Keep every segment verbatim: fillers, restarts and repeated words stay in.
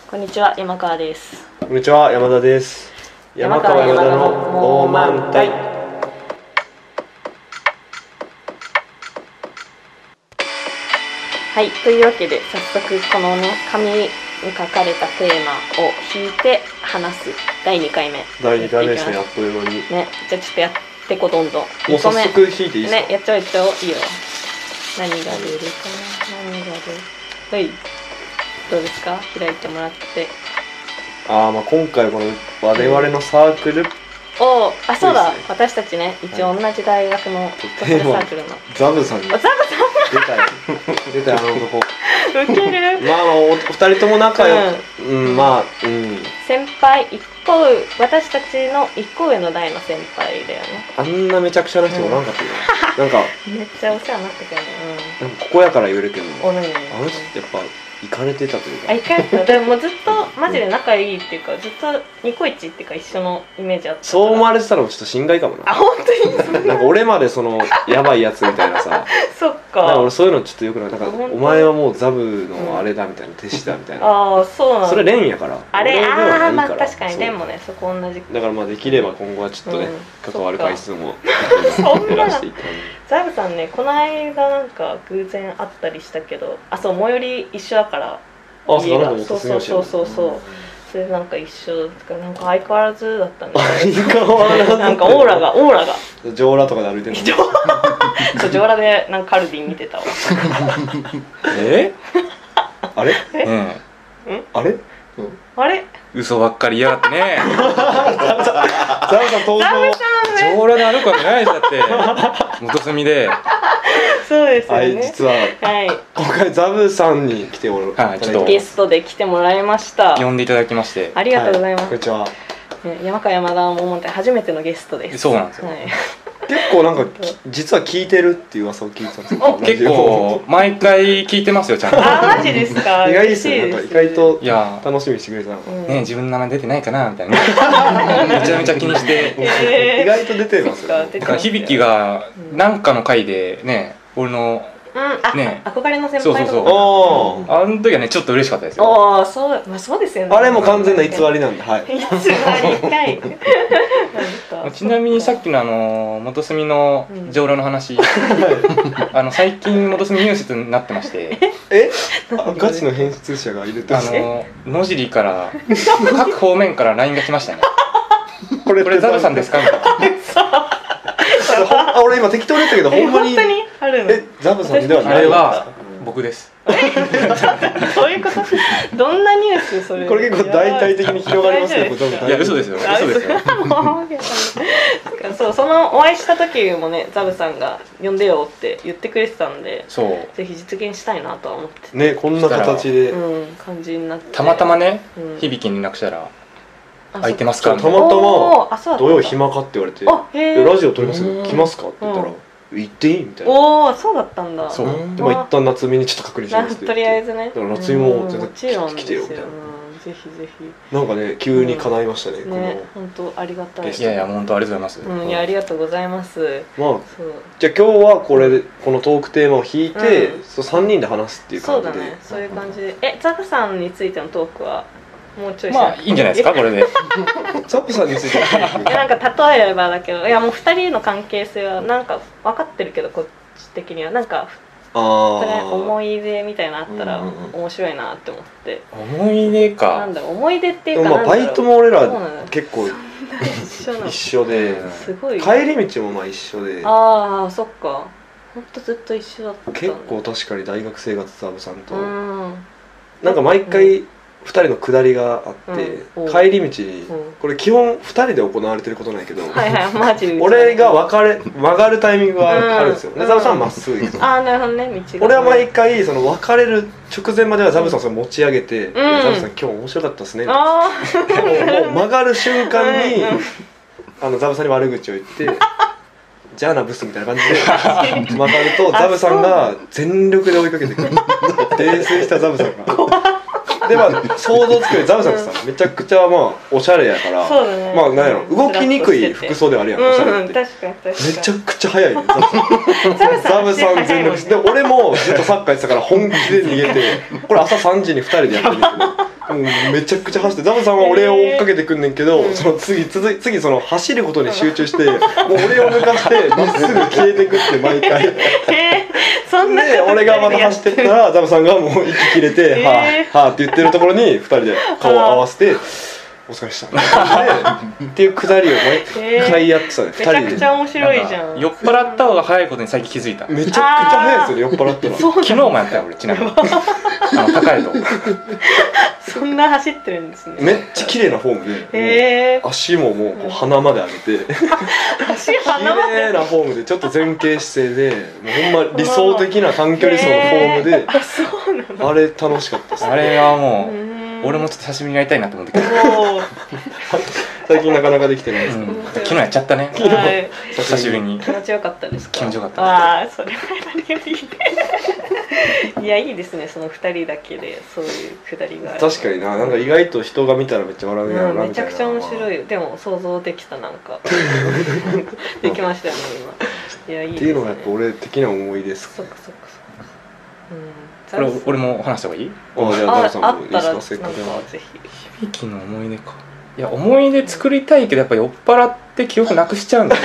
こんにちは、山川です。 こんにちは、山田です。山川山田のもう満タイ。 はい、というわけで早速このね紙に書かれたテーマを引いて話すだいにかいめ。 だいにかいめですね、あっという間に。 ね、じゃあちょっとやってこどんどん。 もう早速引いていいですか？ ね、やっちゃおうやっちゃおう。いいよ。何が出るかな。何が出る。はい。どうですか？開いてもらって。 ああ、まあ今回この我々のサークル、うん、 おあ、そうだ、私たちね、一応同じ大学のサークルのザブさんにザブさん出たよ出たよ、あの男。 ウケる。 まあまあお二人とも仲良く、うん、うん、まあ、うん、 先輩一個上、私たちの一個上の代の先輩だよね。 あんなめちゃくちゃな人おらんかったよ、うん、なんかめっちゃお世話になったけどね、 うん、なんかここやから言えるけど、 お何あの人ってやっぱ行かれてたというか、 あ、行かれてた。でもずっとマジで仲いいっていうか、ずっとニコイチっていうか一緒のイメージあったから。 そう思われてたのもちょっと心外かもな。 あ、本当に。 なんか俺までそのやばいやつみたいなさそっか。 なんか俺そういうのちょっとよくない。なんかお前はもうザブのあれだみたいな、手下みたいな。 ああ、そうなんだ。 それレンやから。 あれ、ああ、まあ確かにそうレンもね、そこ同じ。 だからまあできれば今後はちょっとね、 うん、 関わる回数もそん減らなしていったのに。 ザブさんね、この間なんか偶然会ったりしたけど、あ、そう、最寄り一緒だから。 あ、そうなんだ。 そうそうそうそうそう。それなんか一緒とか、なんか相変わらずだったんで。 相変わらず。 なんかオーラがオーラが。 上裸とかで歩いてるの。 そう、上裸でなんかカルディ見てたわ。 え？あれ？ うん。 あれ？ あれ？ 嘘ばっかり言いやがってね。 ザブさん登場。 上裸で歩くわけないじゃんだって。元住で。 そうですよね。 はい、実は、はい、今回ザブさんに来てもらって、はい、 ちょっとゲストで来てもらいました。 呼んでいただきましてありがとうございます。 はい、こんにちは。 山川山田ももんた初めてのゲストです。 そうなんですよ。はい、 結構なんか実は聞いてるっていう噂を聞いてたんですけど、 結構毎回聞いてますよちゃんと。 あ、マジですか。 意外ですね。なんか意外といや楽しみにしてくれたの。 ね、自分の名前出てないかなみたいな。めちゃめちゃ気にして。 意外と出てますよ。 だから響がなんかの回でね、俺のうん、あ、ね、憧れの先輩とか。 そうそうそう。あの時はねちょっと嬉しかったですよ。 ああ、そう、まあそうですよね。 あれも完全な偽りなんで、はい。 偽りかい。 ちなみにさっきのあの元住の上裸の話、あの最近元住ニュースになってまして。 え？ガチの編集者がいるってあの野尻から各方面から ライン が来ましたね。これこれザブさんですかみたいな。 あ、俺今適当だったけど、ほんまにえ、ザブさんではない。 あれは僕です。 そういうこと？どんなニュースそれ？ これ結構大々的に広がりますね。 いや嘘ですよ。嘘ですよ。 そう、そのお会いした時もね、ザブさんが呼んでよって言ってくれてたんで、そうぜひ実現したいなとは思ってね、こんな形で、 うん、感じになって。 たまたまね、響に連絡したら。空いてますか？ たまたま土曜暇かって言われて、ラジオ撮りますけど来ますかって言ったら、行っていいみたいな。 おお、そうだったんだ。 そう。でも一旦夏美にちょっと確認しますって。 とりあえずね。 だから夏美も全然来てよみたいな。 ぜひぜひ。 なんかね、急に叶いましたね。 ね、本当ありがたい。 いやいや、本当ありがとうございます。 うん、いやありがとうございます。 まあ、じゃあ今日はこれでこのトークテーマを引いて、そう三人で話すっていう感じで。 そうだね、そういう感じで。え、ザブさんについてのトークは。もうちょいまあいいんじゃないですかこれで。 ザブさんについてなんか例えばだけど、いやもうふたりの関係性はなんか分かってるけど、こっち的にはなんか思い出みたいなのあったら面白いなって思って。 思い出か。 なんだろう、思い出っていうか、 まあバイトも俺ら結構一緒で、帰り道もまあ一緒で。 ああ、そっか。ほんとずっと一緒だった。 結構確かに大学生活ザブさんとなんか毎回ふたりの下りがあって、うん、帰り道に、うん、これ基本ふたりで行われてることないけど、 はいはい、マジで俺が分かれ曲がるタイミングがあるんですよ。で、ザブさんはまっすぐ行く。 ああ、なるほどね、道が。 俺は毎回その別れる直前まではザブさんを持ち上げて、うん、ザブさん今日面白かったですね。ああ、もう曲がる瞬間にあのザブさんに悪口を言って。じゃあなブスみたいな感じで曲がるとザブさんが全力で追いかけてくる。泥酔したザブさんが。でまあ想像つくよザブさんってさ、めちゃくちゃまあおしゃれやから、まあなんやろ動きにくい服装ではあるやん、おしゃれって。めちゃくちゃ速いよザブさん全力で。俺もずっとサッカーやってたから本気で逃げて、これ朝さんじにふたりでやってるんだけど、 もうめちゃくちゃ走ってザブさんは俺を追っかけてくんねんけど、えー、その次続い次その走ることに集中してもう俺を抜かしてまっすぐ消えてくって毎回えー、そんなで俺がまた走ってったらザブさんがもう息切れて、えー、はあはあって言ってるところにふたりで顔を合わせてお疲れしたっていうくだりを毎回やってたね、 えー、めちゃくちゃ面白いじゃん。 酔っ払った方が早いことに最近気づいた。 めちゃくちゃ早いですよね、酔っ払ったら。 昨日もやったよ俺、ちなみにあの高いとそんな走ってるんですね。 めっちゃ綺麗なフォームで、えー、足ももうこう鼻まで上げて足鼻まで綺麗なフォームでちょっと前傾姿勢でもうほんま理想的な短距離走のフォームで、えー、 あ、そうなの。 あれ楽しかったです、ね、 あれはもう俺もちょっと久しぶりにやりたいなと思ってけど最近なかなかできてないです、うん、 昨日やっちゃったね、はい、久しぶりに。 気持ちよかったですか？ 気持ちよかった。 ああ、それは何よりいや、いいですね、そのふたりだけでそういうくだりがある。 確かにな、なんか意外と人が見たらめっちゃ笑うやろな、 うん、めちゃくちゃ面白い。でも想像できた、なんかできましたよね今。いや、いいですね。っていうのがやっぱ俺的な思い出です。 そっかそっかそっか。 うん。これ俺も話した方がいい？ あ、じゃあザルさんもいいですか？ せっかくぜひ。響きの思い出か。いや、思い出作りたいけどやっぱ酔っ払って記憶なくしちゃうんだよ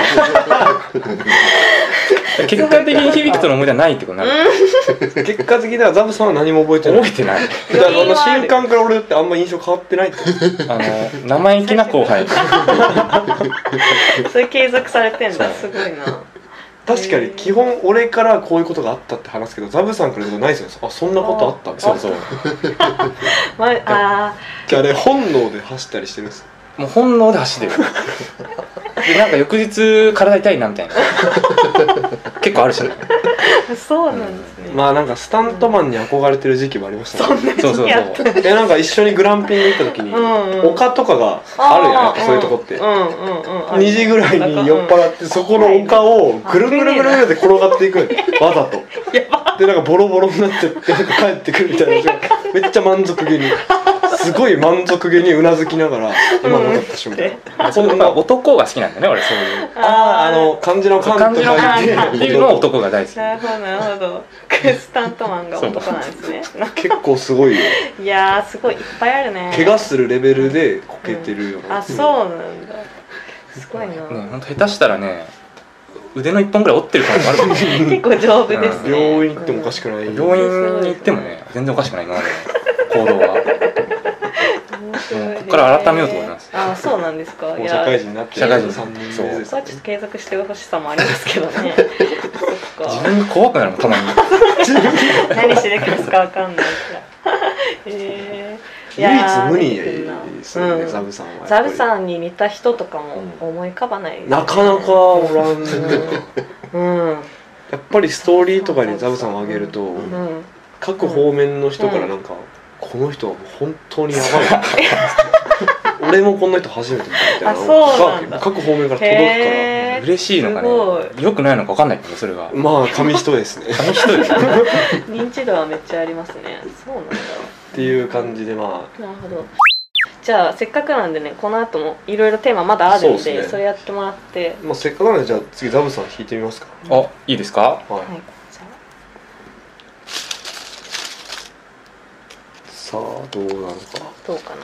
結果的に響きとの思い出はないってことになる結果的にはザブさんは何も覚えてない。 覚えてない。 だからあの新刊から俺ってあんま印象変わってないってあの生意気な後輩それ継続されてんだ、すごいな。 確かに基本俺からこういうことがあったって話すけど、ザブさんから言うとないですよ。あ、そんなことあった。 そうそうまあ、 あれ本能で走ったりしてるんです。 もう本能で走ってるで、なんか翌日体痛いなみたいな結構あるしね。 そうなんですね。 まあなんかスタントマンに憧れてる時期もありましたね。 そうそうそう。 え、なんか一緒にグランピング行った時に丘とかがあるやん、やっぱそういうとこってにじぐらいに酔っ払ってそこの丘をぐるぐるぐるぐるって転がっていくわざとで、なんかボロボロになってって帰ってくるみたいな。めっちゃ満足げにすごい満足げにうなずきながら今のだった瞬間、 そんな男が好きなんだね、俺。そういうああの漢字の漢とかっていうのを男が大好き。 なるほどなるほど。スタントマンが男なんですね。 結構すごいよ。 いやー、すごいいっぱいあるね。 怪我するレベルでこけてるよ、 うん、あ、そうなんだ。すごいな。ね、 本当下手したらね、腕の一本ぐらい折ってる可能性ある結構丈夫ですね。 病院行ってもおかしくない。 病院に行ってもね、全然おかしくない今までの行動は。ここから改めようと思います。 あ、そうなんですか。 社会人になって社会人さんねんめそう。そこはちょっと継続してほしさもありますけどね。そっか。 自分が怖くなるもん、たまに。 何しでかすかわかんないから。えー、唯一無二ですよね、ザブさんは。 ザブさんに似た人とかも思い浮かばない。 なかなかおらん。 うん。 やっぱりストーリーとかにザブさんをあげると、各方面の人からなんか。この人はもう本当にやばい俺もこんな人初めて見たみたいなのが各方面から届くから嬉しいのかね、よくないのか分かんないけど、それがまあ紙一重ですね。 紙一重ですね。 認知度はめっちゃありますね。そうなんだっていう感じで、まあなるほど。じゃあせっかくなんでね、この後もいろいろテーマまだあるん で, そ, で、ね、それやってもらって、 まあ、せっかくなんでじゃあ次ザブさん弾いてみますか。 あ、いいですか。 はい、はい、さあどうなのか。 どうかな。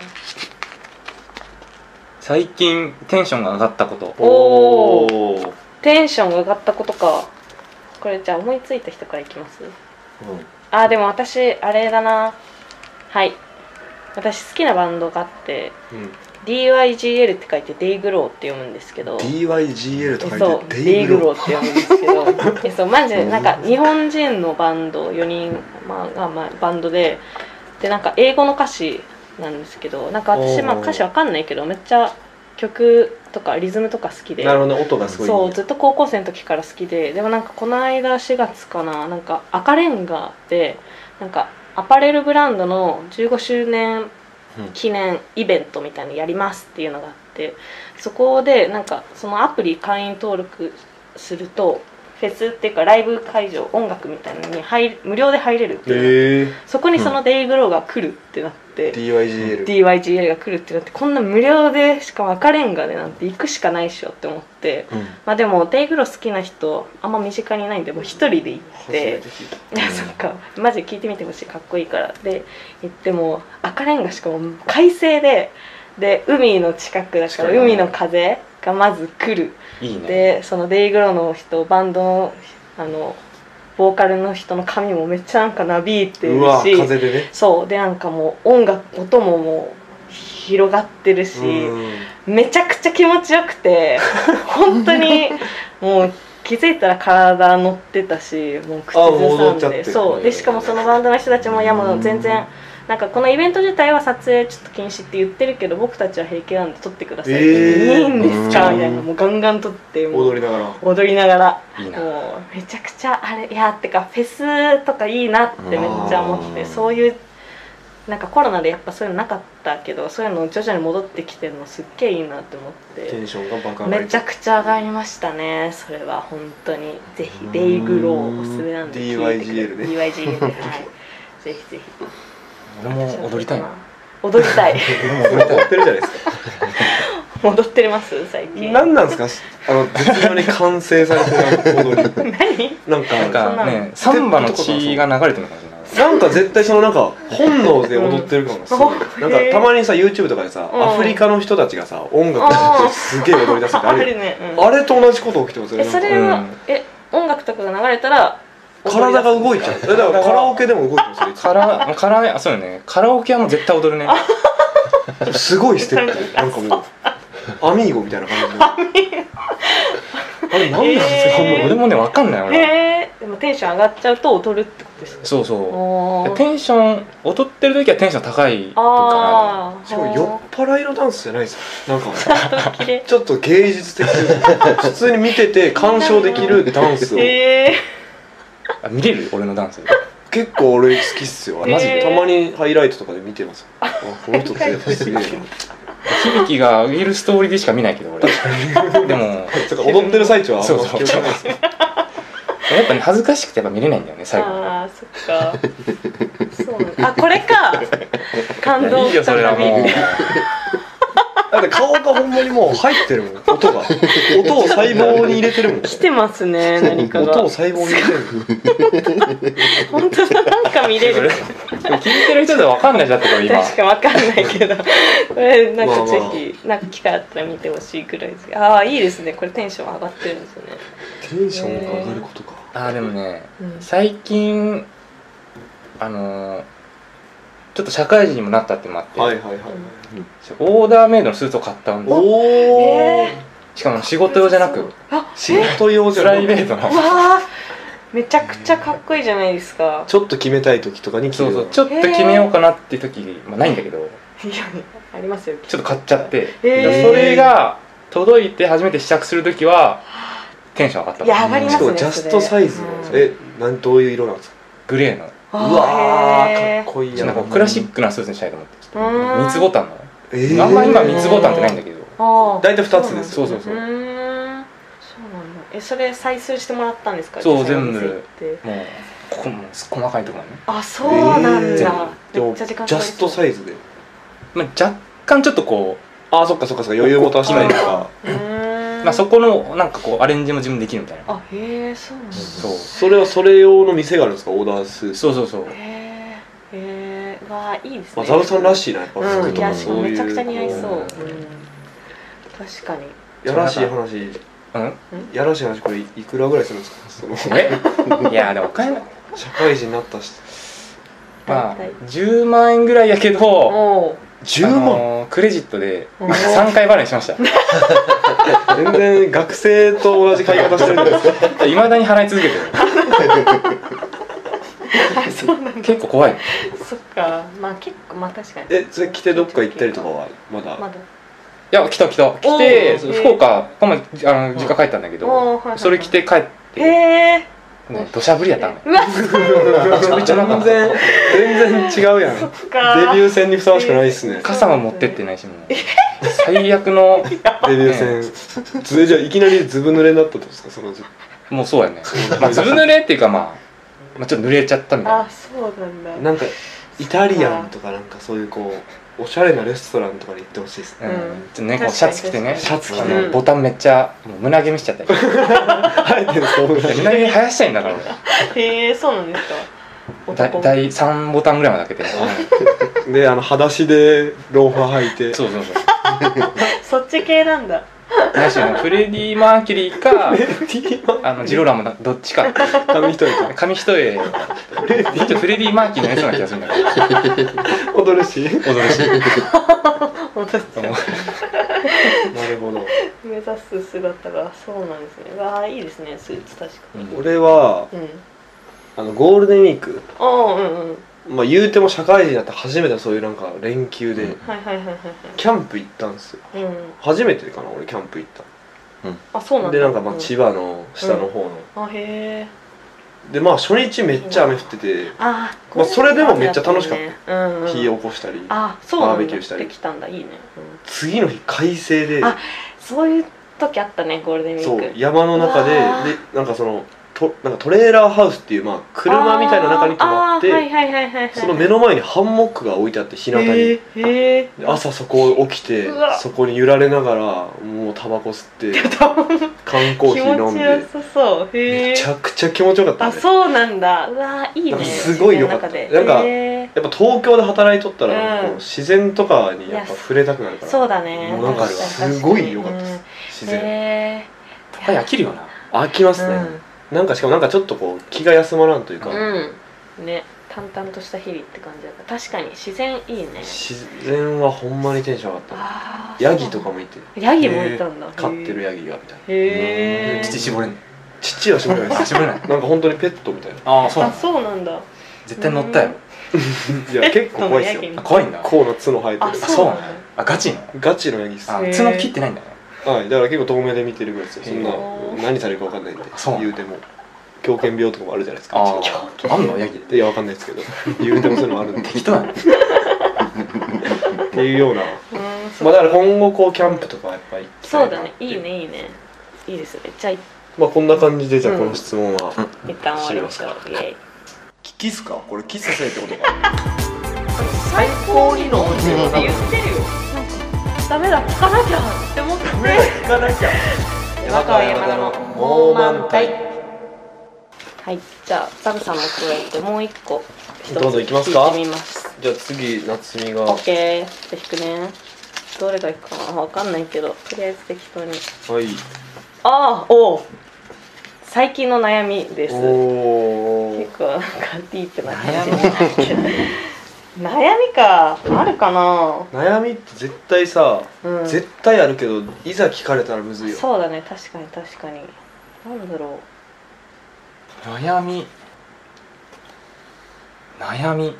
最近テンションが上がったこと。 おお。テンションが上がったことか。これじゃあ思いついた人からいきます。うん、あ、でも私あれだな。はい。私好きなバンドがあって、うん、ディーワイジーエル って書いてデイグローって読むんですけど。 ディーワイジーエル と書いてデイグローって読むんですけど。え、そうマジでなんか日本人のバンドよにんまあまあバンドで。でなんか英語の歌詞なんですけど、なんか私まあ歌詞わかんないけどめっちゃ曲とかリズムとか好きで、 なるほど、音がすごい、ね、 そうずっと高校生の時から好きで、でもなんかこの間しがつかな、なんか赤レンガでなんかアパレルブランドのじゅうごしゅうねん記念イベントみたいなのやりますっていうのがあって、そこでなんかそのアプリ会員登録するとフェスっていうかライブ会場、音楽みたいなのに入無料で入れるっていう、 えー、 そこにそのデイグローが来るってなって、 うん、ディーワイジーエルディーワイジーエル が来るってなって、こんな無料でしかも赤レンガでなんて行くしかないっしょって思って、うん、まあでもデイグロー好きな人あんま身近にいないんで、もう一人で行って、いやそっかマジ聞いてみてほしい、かっこいいから。で行っても赤レンガしかも快晴で、で海の近くだから海の風がまず来る。いいね、でそのデイグローの人、バンドのあのボーカルの人の髪もめっちゃなんかなびいてるし、うわ風でね、 そうでなんかもう音楽音ももう広がってるし、めちゃくちゃ気持ちよくて本当にもう気づいたら体乗ってたし、もう口ずさんで、そうでしかもそのバンドの人たちもいやもう全然なんかこのイベント自体は撮影ちょっと禁止って言ってるけど、僕たちは平気なんで撮ってくださいって、えー、いいんですかみたいな、もうガンガン撮って、もう踊りながら踊りながらいいな、もうめちゃくちゃあれ、いやってかフェスとかいいなってめっちゃ思って、そういうなんかコロナでやっぱそういうのなかったけど、そういうの徐々に戻ってきてるのすっげえいいなって思って、 テンションがバカ上がり、 めちゃくちゃ上がりましたね。それは本当にぜひデイグローおすすめなんでディーワイジーエル ねディーワイジーエル はい、ぜひぜひ。 俺も踊りたいな。 踊りたい。 踊ってるじゃないですか。 踊ってます最近。 何なんですか、あの絶妙に完成されてる踊り。 何？ なんかなんかね、サンバの血が流れてるのかもしれない。 なんか絶対そのなんか本能で踊ってるかもしれない。なんかたまにさ YouTube とかでさ、アフリカの人たちがさ音楽やってすげえ踊り出すってある。あれと同じこと起きてますよね。 それはえ音楽とかが流れたら。 体が動いちゃう。だからカラオケでも動いてますよ。 カラカラあそうよね。カラオケはもう絶対踊るね。 すごいステップ。なんかもうアミーゴみたいな感じで。あれなんなんですか。 俺もねわかんない俺。 えー、でもテンション上がっちゃうと踊るってことですか。 そうそう。テンション踊ってる時はテンション高いかな。 しかも酔っ払いのダンスじゃないですよ。なんかちょっと芸術的。普通に見てて鑑賞できるダンスを。 えーあ見れる俺のダンス結構俺好きっすよ、マジで。たまにハイライトとかで見てます。あこの人ってやっぱすげえな。 響が上げるストーリーでしか見ないけど俺でも踊ってる最中はあんま記憶ないですよ。 やっぱね恥ずかしくてやっぱ見れないんだよね最後。 ああそっかそうあこれか感動いいよそれはもうだって顔がほんまにもう入ってるもん、音が音を細胞に入れてるもん。 来てますね何かが。 音を細胞に入れてる本当だ、なんか見れる。 聞いてる人では分かんないじゃんってこれ今。 確か分かんないけどこれなんかぜひ、まあまあ、なんか機会あったら見てほしいくらいです。ああいいですね、これテンション上がってるんですよね。 テンションが上がることか。 ああでもね、うん、最近あのーちょっと社会人にもなったってのもあって、はいはいはい、オーダーメイドのスーツを買ったんです。おー、しかも仕事用じゃなく仕事用じゃなくプライベートの。 わめちゃくちゃかっこいいじゃないですか。 ちょっと決めたい時とかに着る。 そうそうちょっと決めようかなっていう時、まあ、ないんだけどいやありますよ。 ちょっと買っちゃって、それが届いて初めて試着する時はテンション上がった。 いや上がりますね。 ジャストサイズの、うん、えなんどういう色なんですか。 グレーの。 うわーかっこいいやな。なんかクラシックなスーツにしたいと思ってちょっと三つボタンの、えー、あんま今三つボタンってないんだけど大体二つです。 そうそうそう。うーんそうなんだ。えそれ採寸してもらったんですか。 そう全部もうここも細かいところね。 あそうなんだ。 でもジャストサイズで、 まあ、若干ちょっとこうあそっかそっかそっか余裕持たしたいとかまあそこのなんかこうアレンジも自分できるみたいな。 あへえそうなんだ。 そうそれはそれ用の店があるんですか、オーダースーツ。 そうそうそう。 へえへえわいいですね。 ザブさんらしいなやっぱ服とかそういう。めちゃくちゃ似合いそう。確かに。 やらしい話。うんやらしい話、これいくらぐらいするんですか。そのえいやでもお金社会人になったしまあじゅうまんえんぐらいやけどじゅうまん、あのー、クレジットでさんかい払いしました。 全然学生と同じ買い方してるんですか。 いまだに払い続けてる。結構怖い。 そっかまあ結構まあ確かに。 えそれ着てどっか行ったりとかはまだ。まだいや来た来た来て福岡このあの実家帰ったんだけどそれ着て帰ってへえ土砂降りやったの。うわめちゃめちゃ全然全然違うやん。デビュー戦にふさわしくないっすね。 傘も持ってってないしもう最悪のデビュー戦。じゃあいきなりずぶ濡れになったとですかその。 もうそうやねまあずぶ濡れっていうか、まあ、まあちょっと濡れちゃったみたいな。 あ、そうなんだ。 なんかイタリアンとかなんかそういうこうおしゃれなレストランとかに行ってほしいですね。 うん、ちょっとねこうシャツ着てね、 シャツ着て、 うん、ボタンめっちゃもう胸毛見しちゃったり生えてるそう胸毛生やしたいんだからへえ、そうなんですか。 だだいさんボタンぐらいまで開けてで、あの裸足でローファー履いて、 そうそうそうそっち系なんだ。 確かにフレディ・マーキュリーかあのジローラモどっちか紙一重か紙一重フレディフレディ・マーキュリーのやつな気がするんだけど踊るし踊るし本当ですか。 なるほど。 目指す姿がそうなんですね。わあ、いいですね、スーツ確かに。 俺はうん。 あのゴールデンウィーク、 ああ、うんうん。 まあ言うても社会人になって初めてそういうなんか連休ではいはいはいはいはい。 キャンプ行ったんですよ。 うん。 初めてかな、俺キャンプ行ったあ、そうなんだ。 で、なんかまあうん千葉の下の方の、 あ、へえ。 でまあ初日めっちゃ雨降ってて、 あ、 まあそれでもめっちゃ楽しかった、 うんうん。 火起こしたり、 あ、そうなんだ。 バーベキューしたりできたんだ、いいね。うん。 次の日快晴で、 あ、そういう時あったね、ゴールデンウィーク。 そう山の中で、 うわーでなんかそのとなんかトレーラーハウスっていうまあ車みたいな中に泊まって、 あーはいはいはいはいはい。 その目の前にハンモックが置いてあって日向に、 へーへえ。 で朝そこ起きてうわそこに揺られながらもうタバコ吸って缶コーヒ気ー飲んで持ちよさそう。へえ。 めちゃくちゃ気持ちよかったあ、 ね。 そうなんだ。うわーいいね。 なんかすごい良かった。 自然なんかの中でへーやっぱ東京で働いとったら、 うんこう自然とかにやっぱ触れたくなるから、 そうだね。 もうなんか確にすごい良かったです、 確に自然。 うんへ都会飽きるよな。 飽きますね、 うんなんかしかもなんかちょっとこう気が休まらんというか、 ーうん。ね、淡々とした日々って感じだから確かに自然いいね。 自然はほんまにテンション上がった。 あーヤギとかもいて、 ヤギもいたんだ。 飼ってるヤギがみたいな。 へえ。 乳絞れんの？ 父は絞れないです。 あ絞れない。 なんか本当にペットみたいな。 あ、 ああそうなんだ。 そうなんだ。 絶対乗ったよ。 いや結構怖いですよペットのヤギ。 あ怖いんだ。 甲の角生えてあ、 る。 あそうなんだ。 あガチの。 ガチのヤギです。はい、 あ角切ってないんだね。 だから結構遠目で見てるぐらいですよ。そんなへー何されるかわかんないんでそう言うても狂犬病とかもあるじゃないですか。 あうちああんのヤギで。 いやわかんないですけど言うてもそういうのあるんで適当なの。 っていうような。 うん、そうまあだから今後こうキャンプとかやっぱり行きたそいうなってだね。いいねいいね。いいですね。じゃあまあこんな感じでじゃあこの質問は、 一旦終わりましょう。イエイ。 キスかこれキスさせってことか。 最高にのって言ってるよ。ダメだ、聞かなきゃって思って。 聞かなきゃ。 山川山田のもう満タイ。はい、じゃあザブさんも加えてもう一個一つどんどんいきますか聞いてみます。 じゃあ次夏美が。 オッケー、じゃあ引くね。どれがいくかな、わかんないけど、とりあえず適当に。 はい。 ああ、おお。最近の悩みです。 お結構なんかディープな感じになってる悩みか、あるかな。 悩みって絶対さ、 うん、 絶対あるけどいざ聞かれたらむずいよ。 そうだね、確かに確かに。なんだろ悩み。悩み。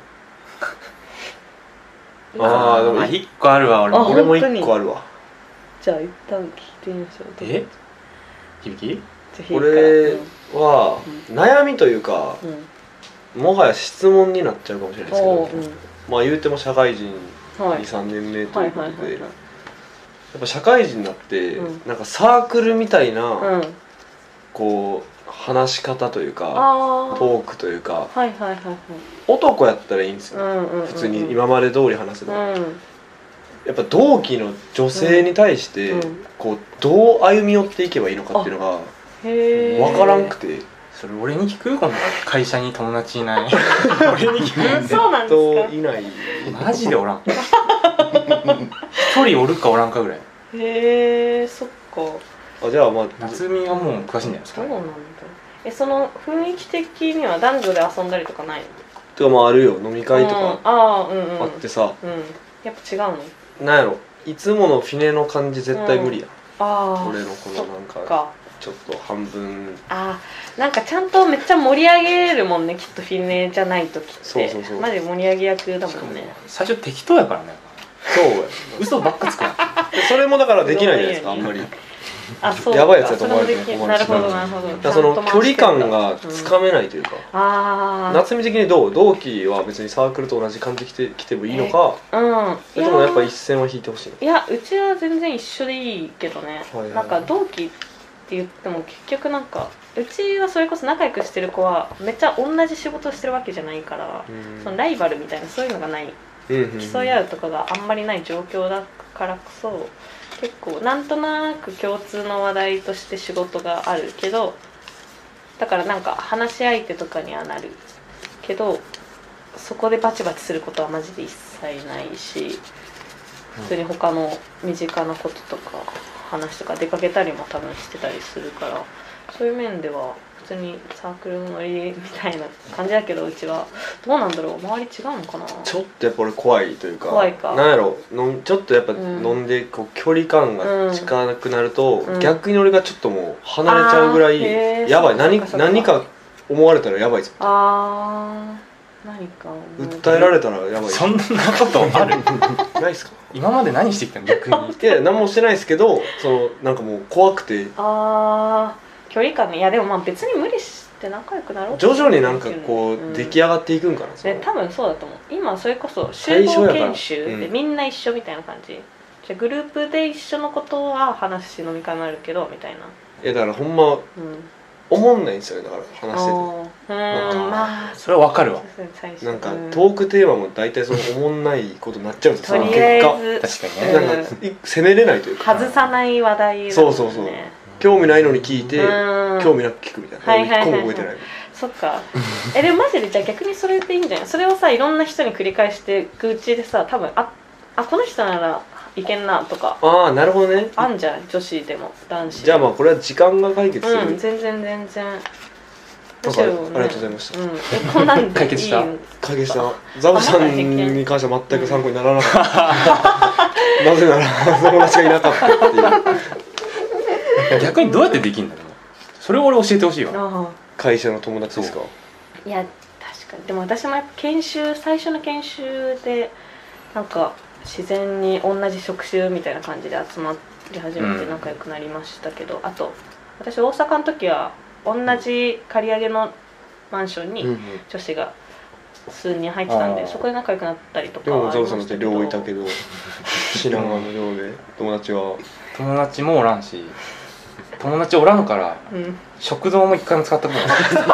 う。 あーでもまあ一個あるわ俺あも。 俺も本当に一個あるわ。 じゃあ一旦聞いてみましょう。 え？響き？ ぜひ俺は悩みというか、 うん、 もはや質問になっちゃうかもしれないですけど、 おーうん、 まあ言うても社会人はいに、さんねんめということはいはいはいはいでやっぱ社会人になって、 うんなんかサークルみたいな、 うん、 こう話し方というかああ、 トークというか、 はいはいはいはい、 男やったらいいんですよ、 うんうんうん、 普通に今まで通り話せば、 うん、 やっぱ同期の女性に対して、 うんこうどう歩み寄っていけばいいのかっていうのがへえ、 分からんくて、 それ俺に聞く？この会社に友達いない。俺に聞そうなんとですか。 いない。 く？マジでおらん。一人おるかおらんかぐらい。 へえ、そっか。 あじゃあまあ夏美はもう詳しいんじゃないですか。 そうなんだ。え、その雰囲気的には男女で遊んだりとかないの？ てかまああるよ、飲み会とうん、 かああ、うんうん。 あってさ、 うん。やっぱ違うの？ なんやろいつものフィネの感じ絶対無理や、 ああ。 俺のこのなんかそっか。 ちょっと半分ああ、なんかちゃんとめっちゃ盛り上げるもんね、きっとフィネじゃない時って。 そうそうそうマジ盛り上げ役だもんね。 最初適当やからね。 そうや嘘ばっかつくな。 でそれもだからできないじゃないですかあんまり。 あ、そうか。 やばいやつだと思われてそれも困るしできなるほどなるほど。 だからその距離感がつかめ。 めないというか、 ああ。 夏美的にどう同期は別にサークルと同じ感じで来て来てもいいのか、 うん。 それともやっぱ一線は引いてほしいの？ いや、うちは全然一緒でいいけどね。 はいはいなんか同期っって言っても結局なんかうちはそれこそ仲良くしてる子はめっちゃ同じ仕事をしてるわけじゃないから、うん、そのライバルみたいなそういうのがない、うん、競い合うとかがあんまりない状況だからこそ結構なんとなく共通の話題として仕事があるけど、だからなんか話し相手とかにはなるけどそこでバチバチすることはマジで一切ないし、普通に他の身近なこととか話とか出かけたりも多分してたりするから、そういう面では普通にサークルのノリみたいな感じだけど、うちはどうなんだろう、周り違うのかな。 ちょっとやっぱ俺怖いというか、 怖いか、 なんやろのちょっとやっぱ飲んでこう距離感が近くなると、うん、逆に俺がちょっともう離れちゃうぐらいやばい、何何か思われたらやばいぞ。 あー何か訴えられたらやばい。 そんなことあるないっすか。 今まで何してきたの逆に。 いや何もしてないですけど、そのなんかもう怖くて。 あー距離感ね。いやでもまあ別に無理して仲良くなろう徐々になんかこう、うん、出来上がっていくんかな。 で多分そうだと思う。今それこそ集合研修でみんな一緒みたいな感じ、うん、じゃあグループで一緒のことは話し飲み会になるけどみたいな。 いやだからほんま、うん思んないんですよね、だから話してて。 うん、まあそれはわかるわ。 なんかトークテーマも大体その思んないことになっちゃうんですよ。 とりあえず確かにね。 なんか責めれないというか。 外さない話題だもんね。 そうそうそう。興味ないのに聞いて興味なく聞くみたいな。はいはいはい。一個も覚えてない。 そっか。えでもマジでじゃあ逆にそれでいいんじゃない？それをさいろんな人に繰り返していくうちでさ、多分ああこの人ならいけんなとか。 ああなるほどね。 あんじゃん女子でも男子。 じゃあまあこれは時間が解決する。 うん全然全然。 なんか、ね、ありがとうございました。 うん、えこんなん解決した。 解決した。ザブさんに関しては全く参考にならなかった。なぜなら友達がいなかったっていう。逆にどうやってできるんだろう。それを俺教えてほしいわ。 会社の友達ですか。 いや確かに。でも私もやっぱ研修最初の研修でなんか自然に同じ職種みたいな感じで集まり始めて仲良くなりましたけど、うん、あと私大阪の時は同じ借り上げのマンションに女子が数人入ってたんで、うんうん、そこで仲良くなったりとかはありましたけど。でもザブさんって寮いたけど品川の寮で友達は友達もおらんし友達おらんから、うん、食堂も一回も使ったこと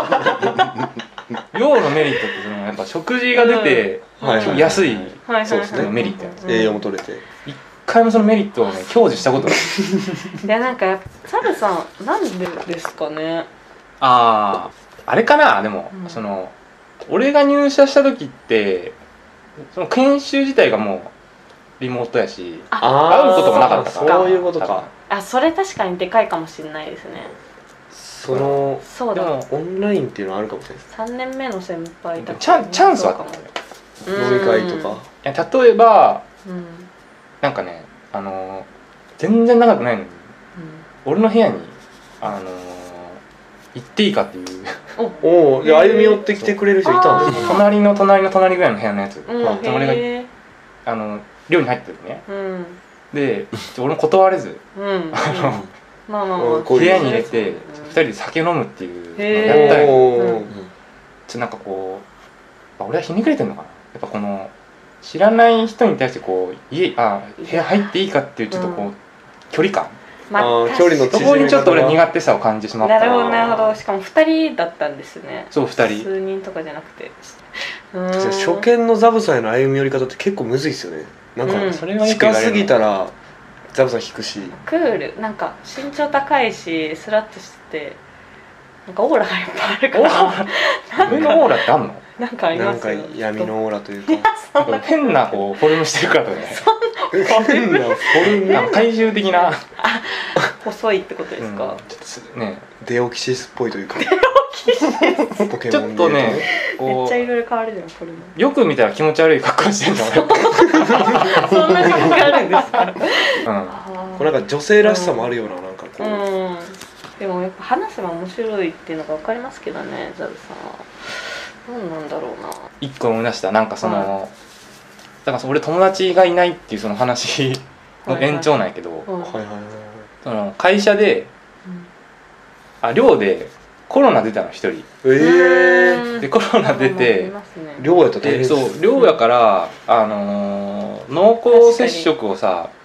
ない寮のメリットってそのやっぱ食事が出て、うん、安いそうですねメリットやんです、 うん、栄養も取れて一回もそのメリットをね享受したことないいやなんかサルさんなんでですかね。 あああれかな。でも、うん、その俺が入社した時ってその研修自体がもうリモートやし会うこともなかったから。 そういうことか。 あそれ確かにでかいかもしれないですね。 そのそうだでもオンラインっていうのはあるかもしれないです。 さんねんめの先輩たちチャンチャンスはあったのよ。 飲み会とか。いや例えば、うん、なんかねあの全然長くないのに、うん、俺の部屋にあの行っていいかっていうおおで歩み寄ってきてくれる人いたんですよ。 隣の隣の隣ぐらいの部屋のやつ、うん、俺があの寮に入ってるね、うん、で俺も断れず、うん、あのまあまあまあ部屋に入れてふたりで酒飲むっていうのをやったり、うん、ちょっとなんかこう俺はひねくれてんのかな。やっぱこの知らない人に対してこう家あ部屋入っていいかっていうちょっとこう、うん、距離感まあ、距離のそこにちょっと俺苦手さを感じてしまった。 なるほどなるほど。しかもふたりだったんですね。 そうふたり数人とかじゃなくて初見のザブさんへの歩み寄り方って結構むずいっすよね。なんか、うん、近すぎたらザブさん引くしクールなんか身長高いしスラッとしててなんかオーラがいっぱいあるから上のオーラってあんの？ なんかありますよ。 なんか闇のオーラというか変なこうフォルムしてるからね。 変なフォルムなんか怪獣的な細いってことですか、うん、 ちょっとねデオキシスっぽいというかデオキシスポケモンちょっとねめっちゃいろいろ変わるじゃんフォルム。 よく見たら気持ち悪い格好してるんだ俺そんなに変わるんですか、 うん、これなんか女性らしさもあるようななんかこう、うん、 でもやっぱ話せば面白いっていうのが分かりますけどねザブさんは。何なんだろうな。 一個思い出した。なんかその、はい、だから俺友達がいないっていうその話の延長なんやけど、その会社で、うん、あ寮でコロナ出たの一人。えー、でコロナ出て寮やったら大変です。 そう寮やから、あのー、濃厚接触をさ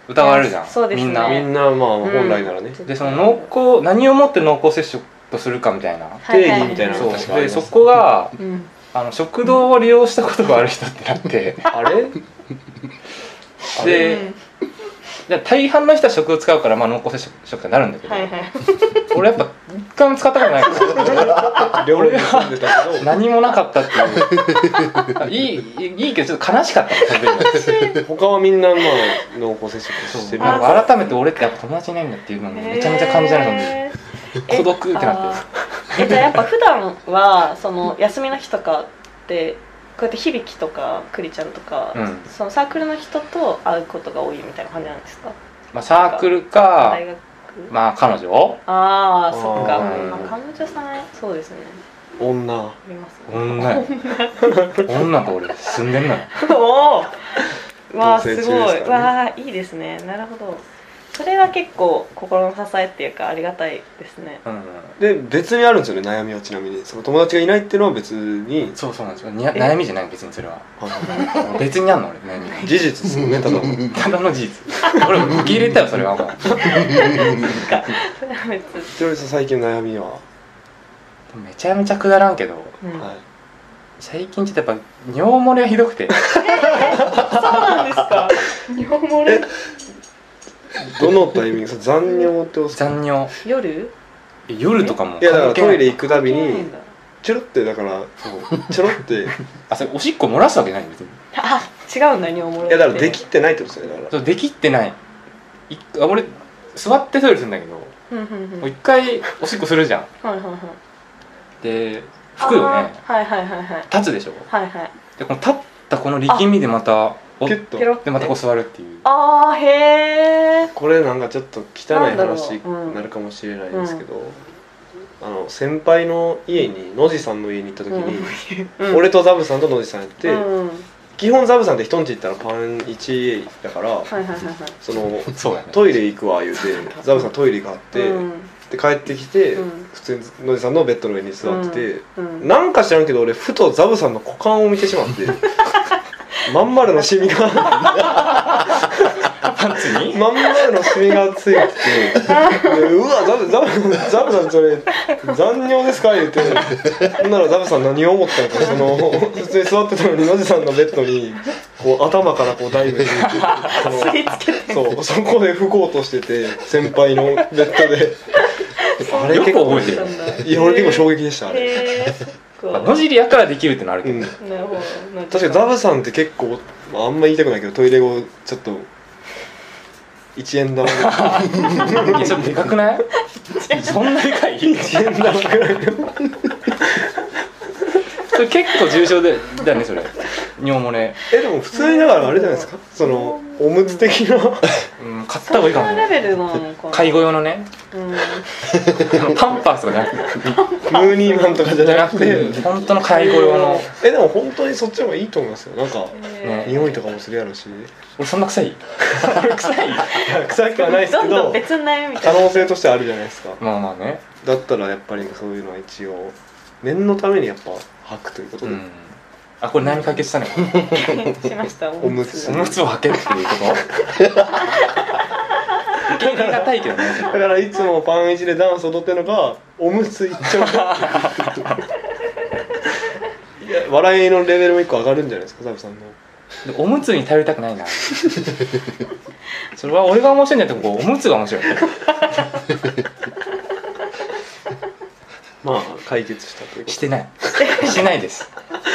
疑われるじゃん、 そうですね、 みんなみんなまあ本来ならね、 うん、でその濃厚何をもって濃厚接触とするかみたいな定義みたいなのが確かあります。 でそこが、 うん、 あの食堂を利用したことがある人ってなってあれで、じゃ大半の人は食堂使うから、まあ、濃厚接触になるんだけど、 はいはい、 俺やっぱ一回も使ったことないから料理に住んでたけど何もなかったっていういいいいけどちょっと悲しかったの他はみんなまあ濃厚接触してる。 改めて俺ってやっぱ友達いないんだっていうのをめちゃめちゃ感じないので、孤独ってなってえじゃあやっぱ普段はその休みの日とかってこうやって響とかクリちゃんとか、うん、そのサークルの人と会うことが多いみたいな感じなんですか？ まあ、サークルか大学、まあ彼女、 ああそっか、まあ、彼女さんそうですね、 女ありますね、 女女と俺住んでんのよおおわあすごい、ね、わあいいですね、なるほど、それは結構心の支えっていうかありがたいですね、 うん、で別にあるんですよね、悩みは。ちなみにその友達がいないっていうのは別に。 そうそうなんですよ、悩みじゃない別にそれは別にあんの俺悩み事実ですよね、ただのただの事実俺受け入れたよそれはもうひろりさん最近の悩みは？ めちゃめちゃくだらんけど、うん、はい、最近ちょっとやっぱ尿漏れがひどくてそうなんですか、尿漏れどのタイミング？残尿って残尿夜？ 夜とかもいやだからトイレ行くたびにチョロってだからチョロってあそれおしっこ漏らすわけないんですよ。 あ違うんだ尿漏れって。 いやだからできってないってことですよね。だからできってない。い俺座ってトイレするんだけどもう一回おしっこするじゃん。はいはいはい。で拭くよね。 はいはいはいはい。 立つでしょ。 はいはい。 でこの立ったこの力みでまたピュッとでまたこう座るっていう。 ああへえ。 これなんかちょっと汚い話になるかもしれないですけど、うん、あの先輩の家に野地さんの家に行った時に、うん、俺とザブさんと野地さんやって、うん、基本ザブさんって人んち行ったらパンいちだから、はいはいはいはい、そのそうやね、トイレ行くわ言うてザブさんトイレがあって、うん、で帰ってきて、うん、普通に野地さんのベッドの上に座ってて、うんうん、なんか知らんけど俺ふとザブさんの股間を見てしまってまん丸のシミがパンツにまん丸のシミがついててうわザブザブザブさんそれ残尿ですか言ってほんならザブさん何を思ったのかその普通に座ってたのに野地さんのベッドにこう頭からこうダイブしてそうそこで拭こうとしてて先輩のベッドであれ結構覚えてる。 いや俺結構衝撃でしたあれ。 野尻やからできるってのあるけど、うん、 なるほど。 確かにザブさんって結構、まあ、あんま言いたくないけどトイレ後ちょっといちえん玉でいやちょっとでかくないそんなでかいいちえん玉くらいのそれ結構重症でだよねそれ尿漏れ。 えでも普通にだからあれじゃないですかそのおむつ的な、 うん、買った方がいいかもね。 レベルの介護用のね、うん、パンパースとかじゃなくてムーニーマンとかじゃなくて本当の介護用の。 えでも本当にそっちの方がいいと思いますよ。なんか、ね、匂いとかもするやろし。 俺そんな臭い臭い臭くはないですけどどんどん別の悩み可能性としてあるじゃないですか。 まあまあね。 だったらやっぱりそういうのは一応念のためにやっぱ吐くということで、うん、 あこれ悩み解決したねしました。 おむつおむつを吐けるっていうこと受け入れがたいけどね。 だからいつもパンいちでダンス踊ってるのがおむつ一丁いや笑いのレベルも一個上がるんじゃないですかザブさんの。 おむつに頼りたくないなそれは俺が面白いんだってこうおむつが面白いまあ解決したということ。 してないしてないです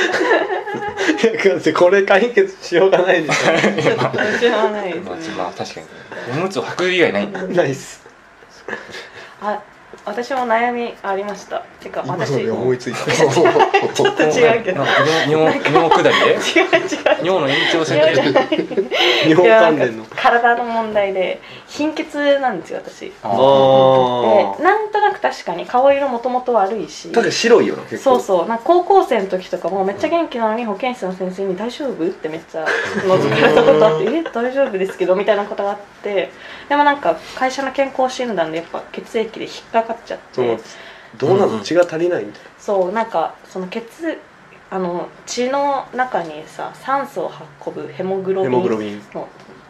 いやこれ解決しようがないですよねちょっとしようがないですね。 まあ確かにおむつを履く以外ないんだ。 ないっす。 あ私も悩みありました。てか私思いついたちょっと違うけど尿尿下りで違う違う尿の延長線で尿関連の体の問題で貧血なんですよ私。 あでなんとなく確かに顔色もともと悪いし確かに白いよな結構。 そうそうなんか高校生の時とかもめっちゃ元気なのに保健室の先生に大丈夫ってめっちゃ覗かれたことあってえ大丈夫ですけどみたいなことがあって、でもなんか会社の健康診断でやっぱ血液で引っかかっちゃって、 どうなの血が足りないみたいな。 そうなんかその血あの血の中にさ酸素を運ぶヘモグロビンの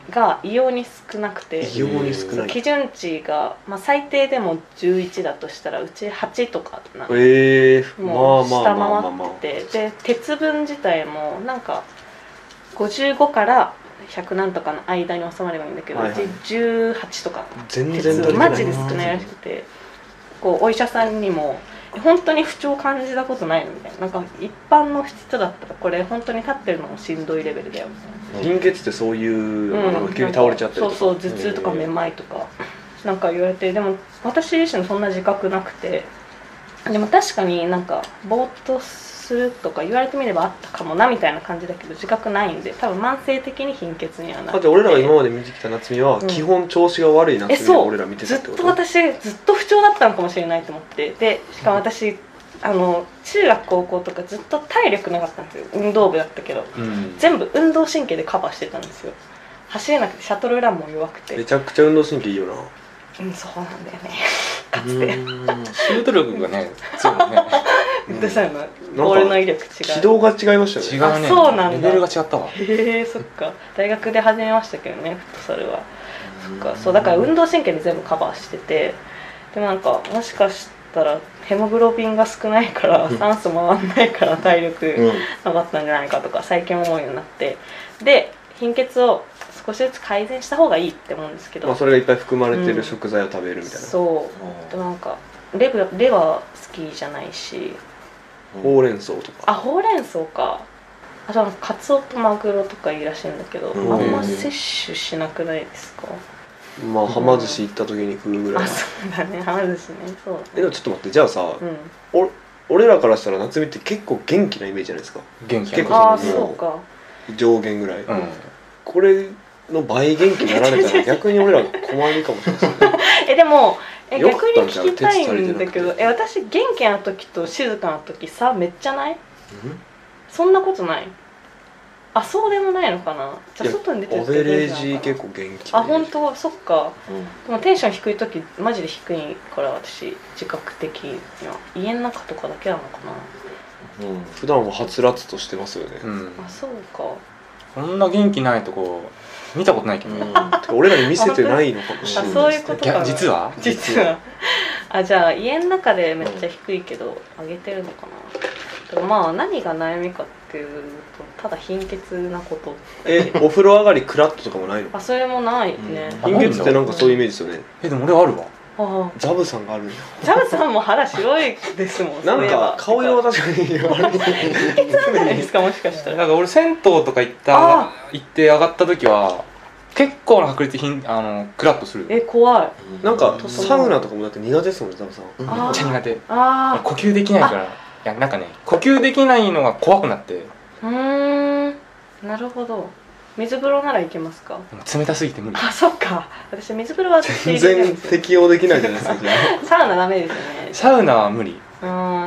が異様に少なくて、 異様に少ない。 基準値が、まあ、最低でもじゅういちだとしたらうちはちとかな、 えー、 もう下回ってて、で鉄分自体もなんかごじゅうごからひゃくなんとかの間に収まればいいんだけど、はいはい、うちじゅうはちとか全然足りない、 マジで少ないらしくて、こうお医者さんにも本当に不調を感じたことないのみたいな、なんか一般の人だったらこれ本当に立ってるのもしんどいレベルだよみたいな。 貧血ってそういう、うん、なんか急に倒れちゃったりとか、 そうそう、頭痛とかめまいとかなんか言われて、でも私自身そんな自覚なくて、でも確かになんかぼーっとするとか言われてみればあったかもなみたいな感じだけど自覚ないんで、多分慢性的に貧血にはなって。 だって俺らが今まで見てきた夏美は基本調子が悪い夏美を俺ら見てたってこと、 ずっと私ずっと不調だったのかもしれないと思って、でしかも私、うん、あの中学高校とかずっと体力なかったんですよ。運動部だったけど、うん、全部運動神経でカバーしてたんですよ。走れなくてシャトルランも弱くて、 めちゃくちゃ運動神経いいよな。 うん、そうなんだよね。かつてシュート力がね強いもんね。 私はボールの威力違う。 軌道が違いましたよね。違うね。 そうなんだ。 レベルが違ったわ。 へえ、そっか。大学で始めましたけどね、フットサルは。そっか、そうだから運動神経で全部カバーしてて、でもなんかもしかしたらヘモグロビンが少ないから酸素回んないから体力なかったんじゃないかとか最近思うようになって、で貧血を少しずつ改善した方がいいって思うんですけど、 まあ、それがいっぱい含まれてる食材を食べるみたいな、うん、 そうでなんかレバレバー好きじゃないし、 ほうれん草とか、 あ、ほうれん草か、あとカツオとマグロとかいいらしいんだけど、うん、あんま摂取しなくないですか？ まあはま寿司行った時に食うぐらい、うん、 あ、そうだね、はま寿司ね、そうだね。 え、でもちょっと待って、じゃあさ、うん、お俺らからしたら夏美って結構元気なイメージじゃないですか。 元気、 結構ああ、そうか、 上限ぐらい、うん、これの倍元気になられたら逆に俺ら困るかもしれないですね。えでもえ逆に聞きたいんだけど、え私元気な時と静かな時さめっちゃない？うん、そんなことない？あ、そうでもないのかな。じゃあ外に出てる時アベレージ結構元気。 あ、本当、そっか、うん、でもテンション低い時マジで低いから私自覚的には家の中とかだけなのかな。 うん、普段ははつらつとしてますよね、うん、 あ、そうか。 こんな元気ないとこ見たことないけど、うん、 俺らに見せてないのかもしれない。 あ、そういうことかな。 実は実はあ、じゃあ家の中でめっちゃ低いけど上げてるのかな。でもまあ何が悩みかっていうとただ貧血なこと。 え、お風呂上がりクラッととかもないの？ あ、それもないね、 うん、貧血ってなんかそういうイメージですよね。 え、でも俺あるわ。 あ、 ザブさんがあるんだ。 ザブさんも肌白いですもん。 なんか顔色は確かに貧血なんじゃないですか、もしかしたら。 なんか俺銭湯とか行った行って上がった時は結構な確率ひんあのクラッとする。 え、怖い。 なんかサウナとかもだって苦手ですもんね、ザブさん。 めっちゃ苦手。あ、呼吸できないから。いや、なんかね、呼吸できないのが怖くなって。 うーん、なるほど。水風呂ならいけますか？ 冷たすぎて無理。 あ、そっか。私水風呂は全然適応できないじゃないですか。 サウナダメですよね。 サウナは無理。 うん、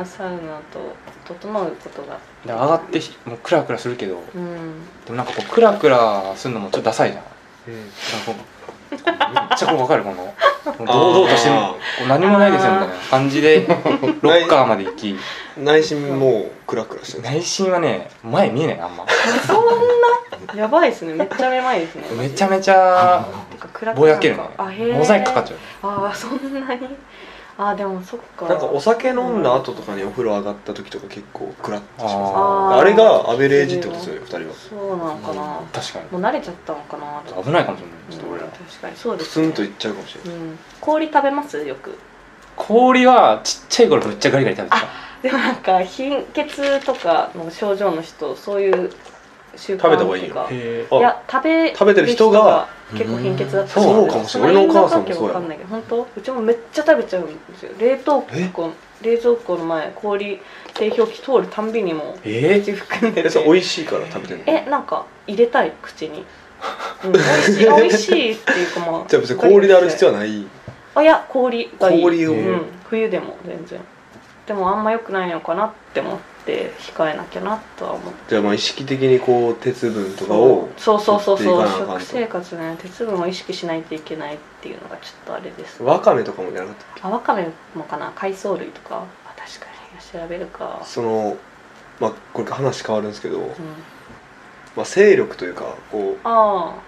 サウナと整うことが。 で上がってもうクラクラするけど、うん、でもなんかこうクラクラするのもちょっとダサいじゃん。うん、なんかこうめっちゃこう分かるこの堂々としてもこう何もないですよみたいな感じでロッカーまで行き、 内心もうクラクラしてる。 内心はね前見えないあんま。 そんなやばいですね。めっちゃめまいですね。 めちゃめちゃぼやけるね。モザイクかかっちゃう。 ああ、そんなに。あ、でもそっか。 なんかお酒飲んだ後とかにお風呂上がった時とか結構クラッとします。 あ, あれがアベレージってことですよね、ふたりは。 そうなのかな、うん、 確かにもう慣れちゃったのかな。 危ないかもしれない、ちょっと俺ら、うん、 確かにそうですね。 プツンといっちゃうかもしれない、うん、 氷食べますよく？ 氷はちっちゃい頃めっちゃガリガリ食べてた。 でもなんか貧血とかの症状の人そういう習慣食べた方がいいよ。 いや、食べ食べてる人が結構貧血だったりそうかもしれない。俺のお母さんもそうや。 本当？うちもめっちゃ食べちゃうんですよ。冷凍庫冷蔵庫の前氷製氷機通るたんびにも口含んでて。 え、それ美味しいから食べてるの？ え、なんか入れたい口に。うん、美味しい美味しいっていうかまあ。 じゃあ別に氷である必要はない。 あ、いや氷がいい。 氷を、 うん、冬でも全然。でもあんま良くないのかなって思って控えなきゃなとは思って。 じゃあまあ意識的にこう鉄分とかをそうそうそうそう食生活ね、鉄分を意識しないといけないっていうのがちょっとあれです、ね、 わかめとかもじゃなかったっけ？ あ、わかめもかな、海藻類とか。あ、確かに調べるか。 そのまあこれ話変わるんですけど、うん、まあ精力というかこうあ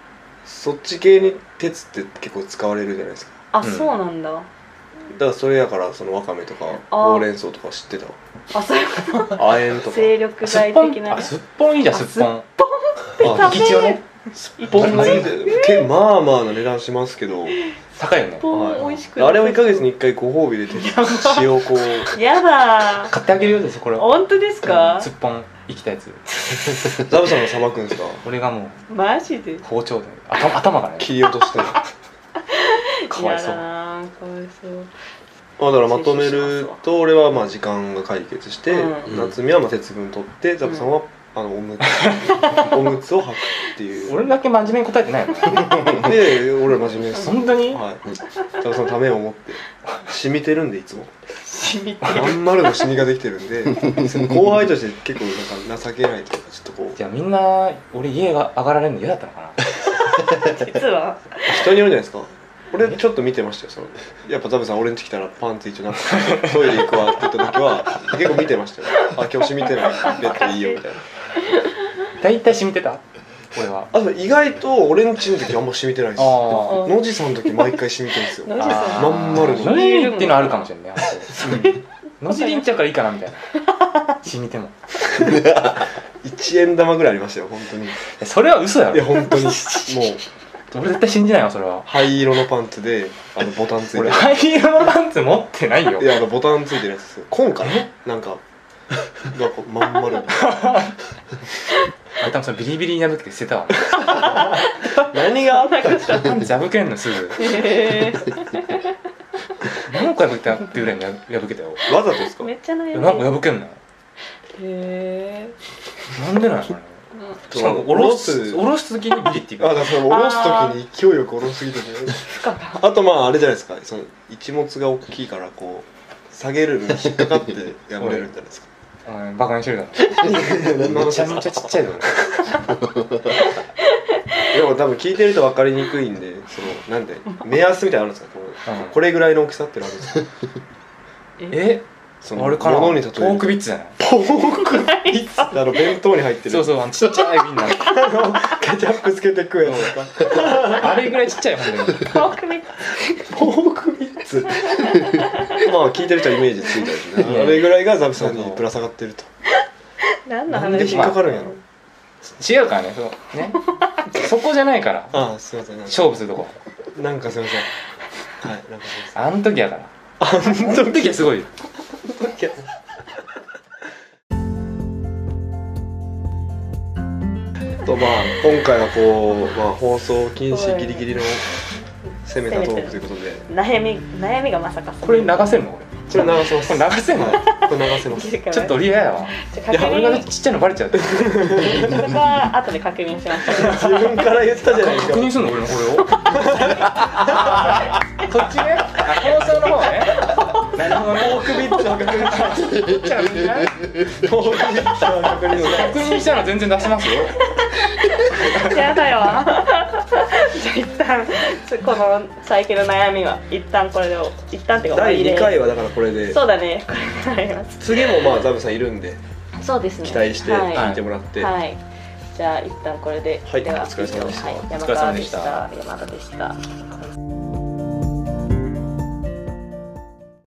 そっち系に鉄って結構使われるじゃないですか。 あ、うん、そうなんだ。だからそれやからそのわかめとかほうれん草とか知ってた。 あ、そういうこと。 亜鉛とか精力剤的な。 あ、すっぽんいいじゃん。すっぽん。 あ、 一応ね。 すっぽんがいいで、まあまあな値段しますけど高いよね。 美味しく。 あれをいっかげつにいっかいご褒美で塩こう。 やだ。 買ってあげるようですこれ。 本当ですか？ すっぽん生きたやつ。 ザブさんがさばくんですか？ 俺がもう。マジで。 包丁で頭頭がね。 切り落として。 かわいそう。 かわいそう。 まあだからまとめると俺はまあ時間が解決して、うん、夏美はまあ鉄分取ってザブさんは、うん、あのおむつおむつを履くっていう。 俺だけ真面目に答えてないの？ で俺は真面目です。 本当に？ はい。ザブさんのためを思って染みてるんでいつも。 染みてる。 まん丸のシミができてるんで後輩として結構なんか情けないというかちょっとこう。 じゃあみんな俺家が上がられるの嫌だったのかな。実は。 人によるじゃないですか。俺ちょっと見てましたよ。そのやっぱザブさん俺ん家来たらパンツ一応なんかトイレ行くわって言った時は結構見てましたよ。あ、今日染みてないベッドいいよみたいな。 大体染みてた俺は。 あ、意外と俺ん家の時あんま染みてないです。野地さんの時毎回染みてるんですよ。まん丸の野地っていうのあるかもしれないね。野地りんちゃうからいいかなみたいな。染みてもいちえん玉ぐらいありましたよ本当に。 それは嘘やろ。 いや本当にもう俺絶対信じないよそれは。 灰色のパンツであのボタンついてる。 俺灰色のパンツ持ってないよ。 いやあのボタンついてるやつですよ。紺かななんかなんかまん丸。 あれ多分そのビリビリに破けて捨てたわ。 何があったんですか。 パンツ破けんのすぐ。何個破けたっていうぐらいに破けたよ。 わざとですか。 めっちゃ悩む。 何個破けんの。へえ。 なんでなのそれ。しかも下ろす下ろす時にビリっていうか。 あ、だから下ろす時に勢いよく下ろしすぎてね。あとまああれじゃないですか。その一物が大きいからこう下げるのに引っかかって破れるんじゃないですか。 バカにしてるだろ。めちゃめちゃちっちゃいぞ。 でも多分聞いてると分かりにくいんで、そのなんで目安みたいなのあるんですか。こうこれぐらいの大きさってあるんですか。 え？そのあれかな。ポークビッツじゃない。 ポークビッツ。あの弁当に入ってる。 そうそう、あのちっちゃい瓶なの。 ケチャップつけて食うやつ。 あれぐらいちっちゃい本で。 ポークビッツ。 ポークビッツ。まあ聞いてる人はイメージついたですね。あれぐらいがザブさんにぶら下がってると。 何の話？ なんで引っかかるんやろ。 違うからね、そうね。そこじゃないから。 ああ、すいません。 勝負するとこ。 なんかすいません。はい、なんかすいません。 あん時やから。 あん時はすごいよ。 とまあ今回はこう、まあ、放送禁止ギリギリの攻めたトークということで悩み悩みがまさかこれ流せるの？ これ流せます。 これ流せんの？ これ流せます。 ちょっと俺嫌やわ。いや俺がちっちゃいのバレちゃう。 そこは後で確認しました。 自分から言ったじゃないですか。 確認するの俺のこれを。そっちね。放送の方ね。なるほどね。 ポークビッツの確認。 ちっちゃいのね。 ポークビッツの確認。 確認したら全然出せますよ。 やだよ。じゃあ一旦この最近の悩みは一旦これで一旦っていうかだいにかいはだからこれで。 そうだね。これになります。 次もまあザブさんいるんで。 そうですね。 期待して聞いてもらって。 はい。じゃあ一旦これで。 はい。おでは疲れ様でした。 山川でした。山田でした。